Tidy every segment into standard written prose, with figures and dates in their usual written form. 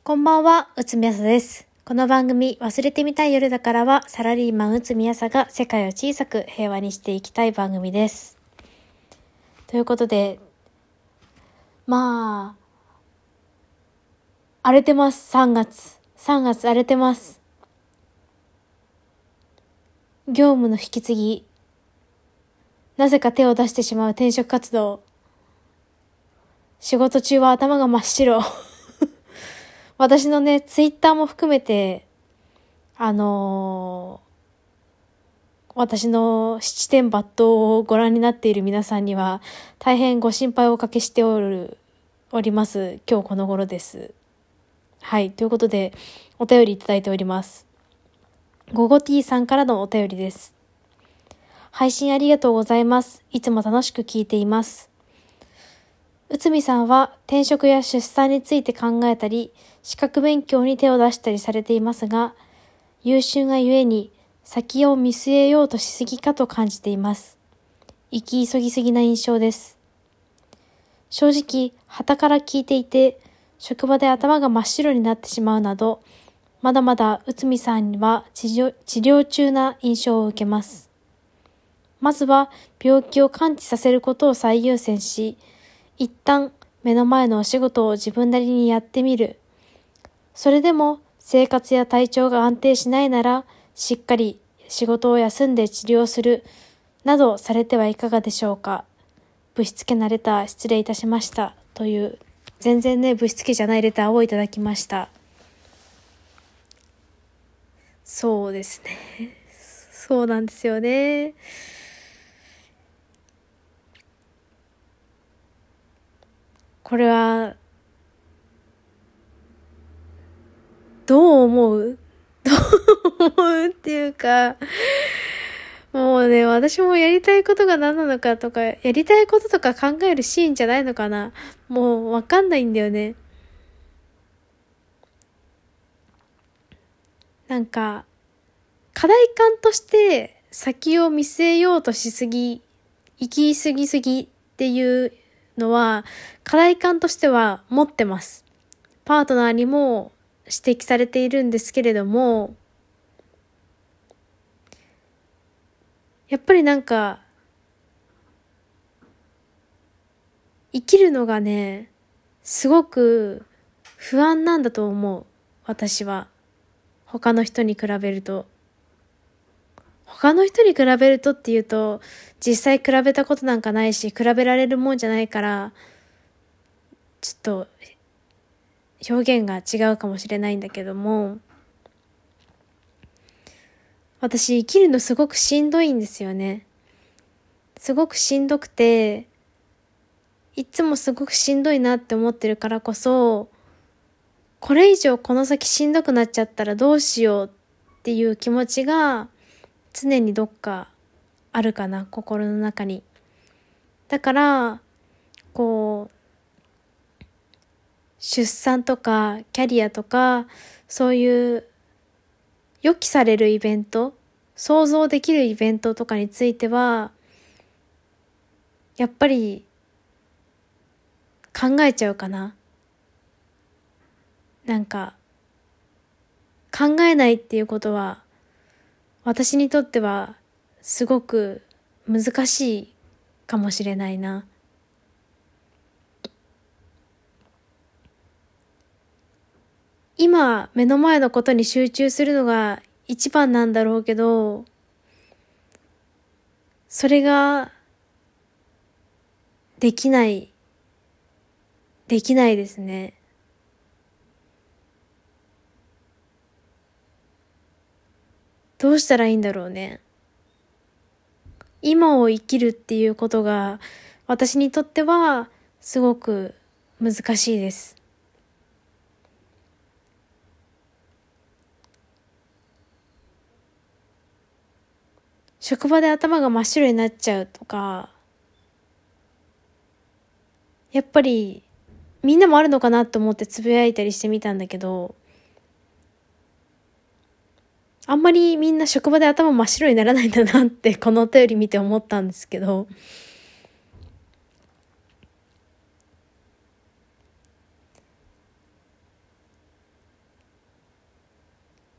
こんばんは、うつみやさです。この番組、忘れてみたい夜だからは、サラリーマンうつみやさが世界を小さく平和にしていきたい番組です。ということで、荒れてます、3月。3月荒れてます。業務の引き継ぎ。なぜか手を出してしまう転職活動。仕事中は頭が真っ白。私のね、ツイッターも含めて、私の七点抜刀をご覧になっている皆さんには大変ご心配をおかけしております。今日この頃です。はい。ということで、お便りいただいております。ゴゴティーさんからのお便りです。配信ありがとうございます。いつも楽しく聞いています。うつみさんは転職や出産について考えたり、資格勉強に手を出したりされていますが、優秀がゆえに先を見据えようとしすぎかと感じています。生き急ぎすぎな印象です。正直、傍から聞いていて、職場で頭が真っ白になってしまうなど、まだまだうつみさんには治療中な印象を受けます。まずは病気を完治させることを最優先し、一旦目の前のお仕事を自分なりにやってみる。それでも生活や体調が安定しないなら、しっかり仕事を休んで治療するなどされてはいかがでしょうか。ぶしつけなレター失礼いたしましたという、全然ねぶしつけじゃないレターをいただきました。そうですね。そうなんですよね。これはどう思うっていうか、もうね、私もやりたいことが何なのかとか、やりたいこととか考えるシーンじゃないのかな。もうわかんないんだよね。なんか、課題感として先を見据えようとしすぎ、行き過ぎすぎっていうのは、課題感としては持ってます。パートナーにも指摘されているんですけれども、やっぱりなんか、生きるのがね、すごく不安なんだと思う。私は。他の人に比べると。他の人に比べるとっていうと、実際比べたことなんかないし、比べられるもんじゃないから、ちょっと表現が違うかもしれないんだけども、私生きるのすごくしんどいんですよね。すごくしんどくて、いつもすごくしんどいなって思ってるからこそ、これ以上この先しんどくなっちゃったらどうしようっていう気持ちが常にどっかあるかな、心の中に。だから、出産とかキャリアとか、そういう予期されるイベント、想像できるイベントとかについては、やっぱり考えちゃうかな。なんか、考えないっていうことは、私にとってはすごく難しいかもしれないな。今、目の前のことに集中するのが一番なんだろうけど、それができない、できないですね。どうしたらいいんだろうね。今を生きるっていうことが私にとってはすごく難しいです。職場で頭が真っ白になっちゃうとか、やっぱりみんなもあるのかなと思ってつぶやいたりしてみたんだけど、あんまりみんな職場で頭真っ白にならないんだなってこのお便り見て思ったんですけど、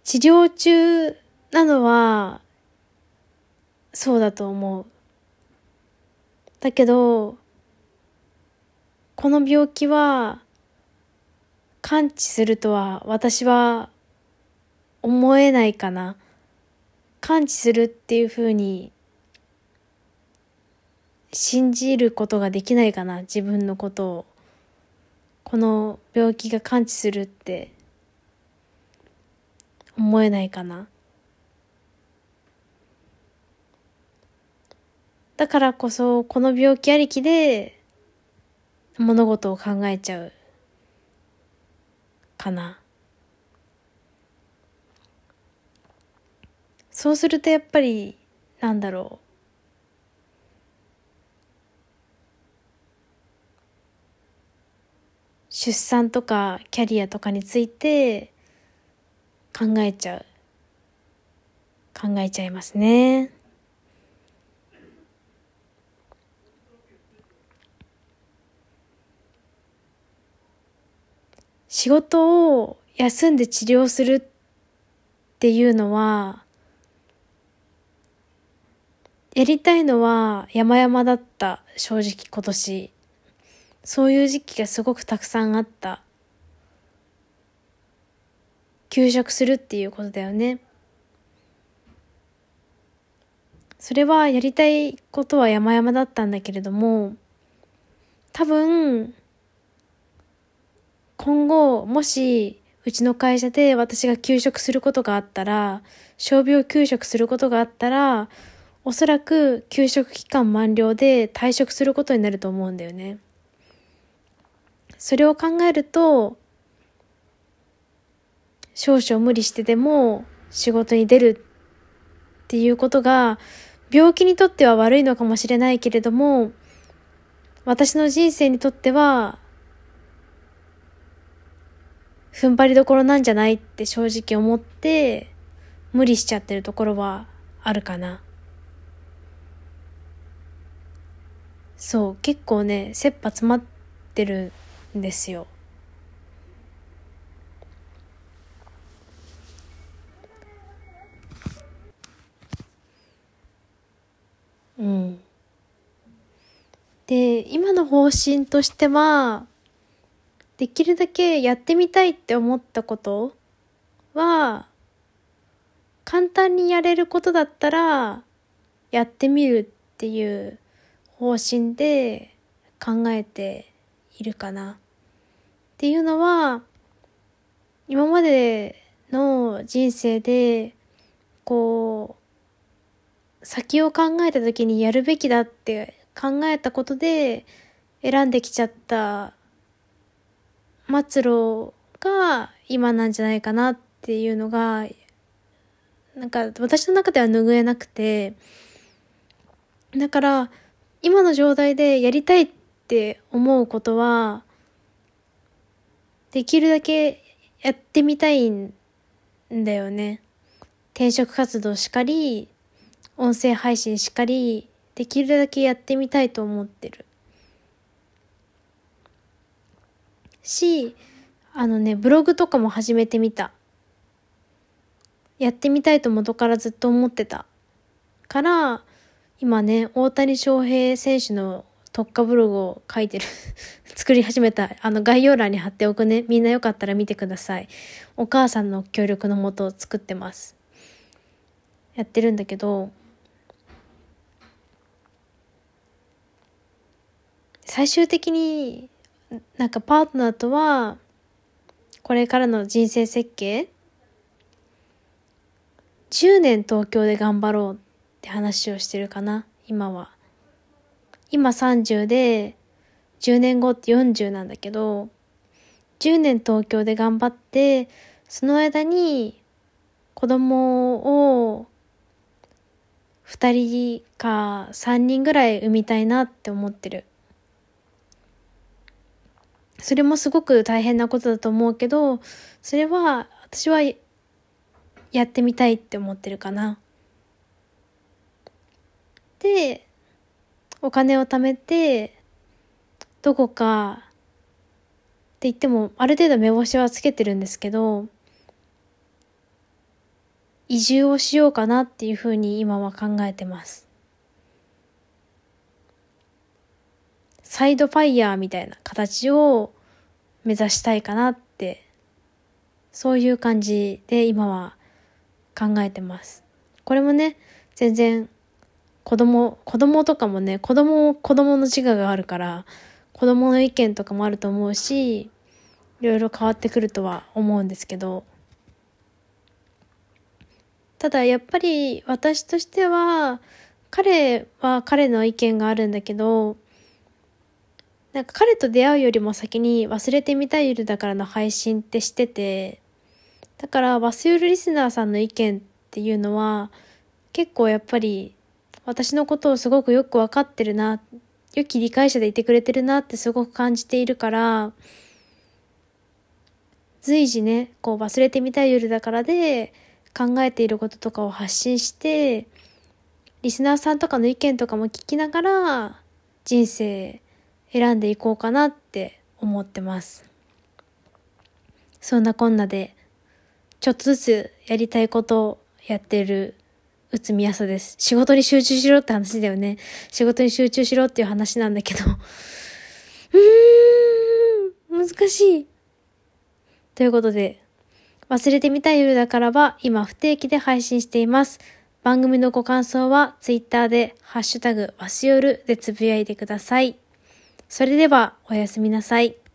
治療中なのはそうだと思う。だけど、この病気は完治するとは私は思えないかな。完治するっていうふうに信じることができないかな、自分のことを。この病気が完治するって思えないかな。だからこそこの病気ありきで物事を考えちゃうかな。そうするとやっぱり出産とかキャリアとかについて考えちゃいますね。仕事を休んで治療するっていうのは、やりたいのは山々だった、正直今年。そういう時期がすごくたくさんあった。休職するっていうことだよね。それはやりたいことは山々だったんだけれども、多分、今後、もし、うちの会社で私が休職することがあったら、傷病休職することがあったら、おそらく休職期間満了で退職することになると思うんだよね。それを考えると、少々無理してでも仕事に出るっていうことが、病気にとっては悪いのかもしれないけれども、私の人生にとっては、踏ん張りどころなんじゃないって正直思って、無理しちゃってるところはあるかな。そう、結構ね、切羽詰まってるんですよ。うん。で、今の方針としては、できるだけやってみたいって思ったことは、簡単にやれることだったら、やってみるっていう方針で考えているかな。っていうのは、今までの人生で、先を考えた時にやるべきだって考えたことで選んできちゃった末路が今なんじゃないかなっていうのが、私の中では拭えなくて、だから今の状態でやりたいって思うことは、できるだけやってみたいんだよね。転職活動しかり、音声配信しかり、できるだけやってみたいと思ってる。ブログとかも始めてみた。やってみたいと元からずっと思ってた。から、今ね、大谷翔平選手の特化ブログを書いてる。作り始めた。概要欄に貼っておくね。みんなよかったら見てください。お母さんの協力のもと作ってます。やってるんだけど、最終的にパートナーとは、これからの人生設計10年東京で頑張ろうって話をしてるかな、今は。今30で、10年後って40なんだけど、10年東京で頑張って、その間に子供を2人か3人ぐらい産みたいなって思ってる。それもすごく大変なことだと思うけど、それは私はやってみたいって思ってるかな。で、お金を貯めて、どこかって言ってもある程度目星はつけてるんですけど、 移住をしようかなっていうふうに今は考えてます。サイドファイヤーみたいな形を目指したいかなって、そういう感じで今は考えてます。これもね、全然子供とかもね、子供の自我があるから、子供の意見とかもあると思うし、いろいろ変わってくるとは思うんですけど、ただやっぱり私としては、彼は彼の意見があるんだけど、なんか彼と出会うよりも先に忘れてみたい夜だからの配信ってしてて、だから忘れるリスナーさんの意見っていうのは結構やっぱり私のことをすごくよくわかってるな、良き理解者でいてくれてるなってすごく感じているから、随時ね、こう忘れてみたい夜だからで考えていることとかを発信して、リスナーさんとかの意見とかも聞きながら人生選んでいこうかなって思ってます。そんなこんなでちょっとずつやりたいことをやってる内海朝です。仕事に集中しろって話だよね。仕事に集中しろっていう話なんだけど難しい。ということで、忘れてみたい夜だからは今不定期で配信しています。番組のご感想はツイッターでハッシュタグわしよるでつぶやいてください。それではおやすみなさい。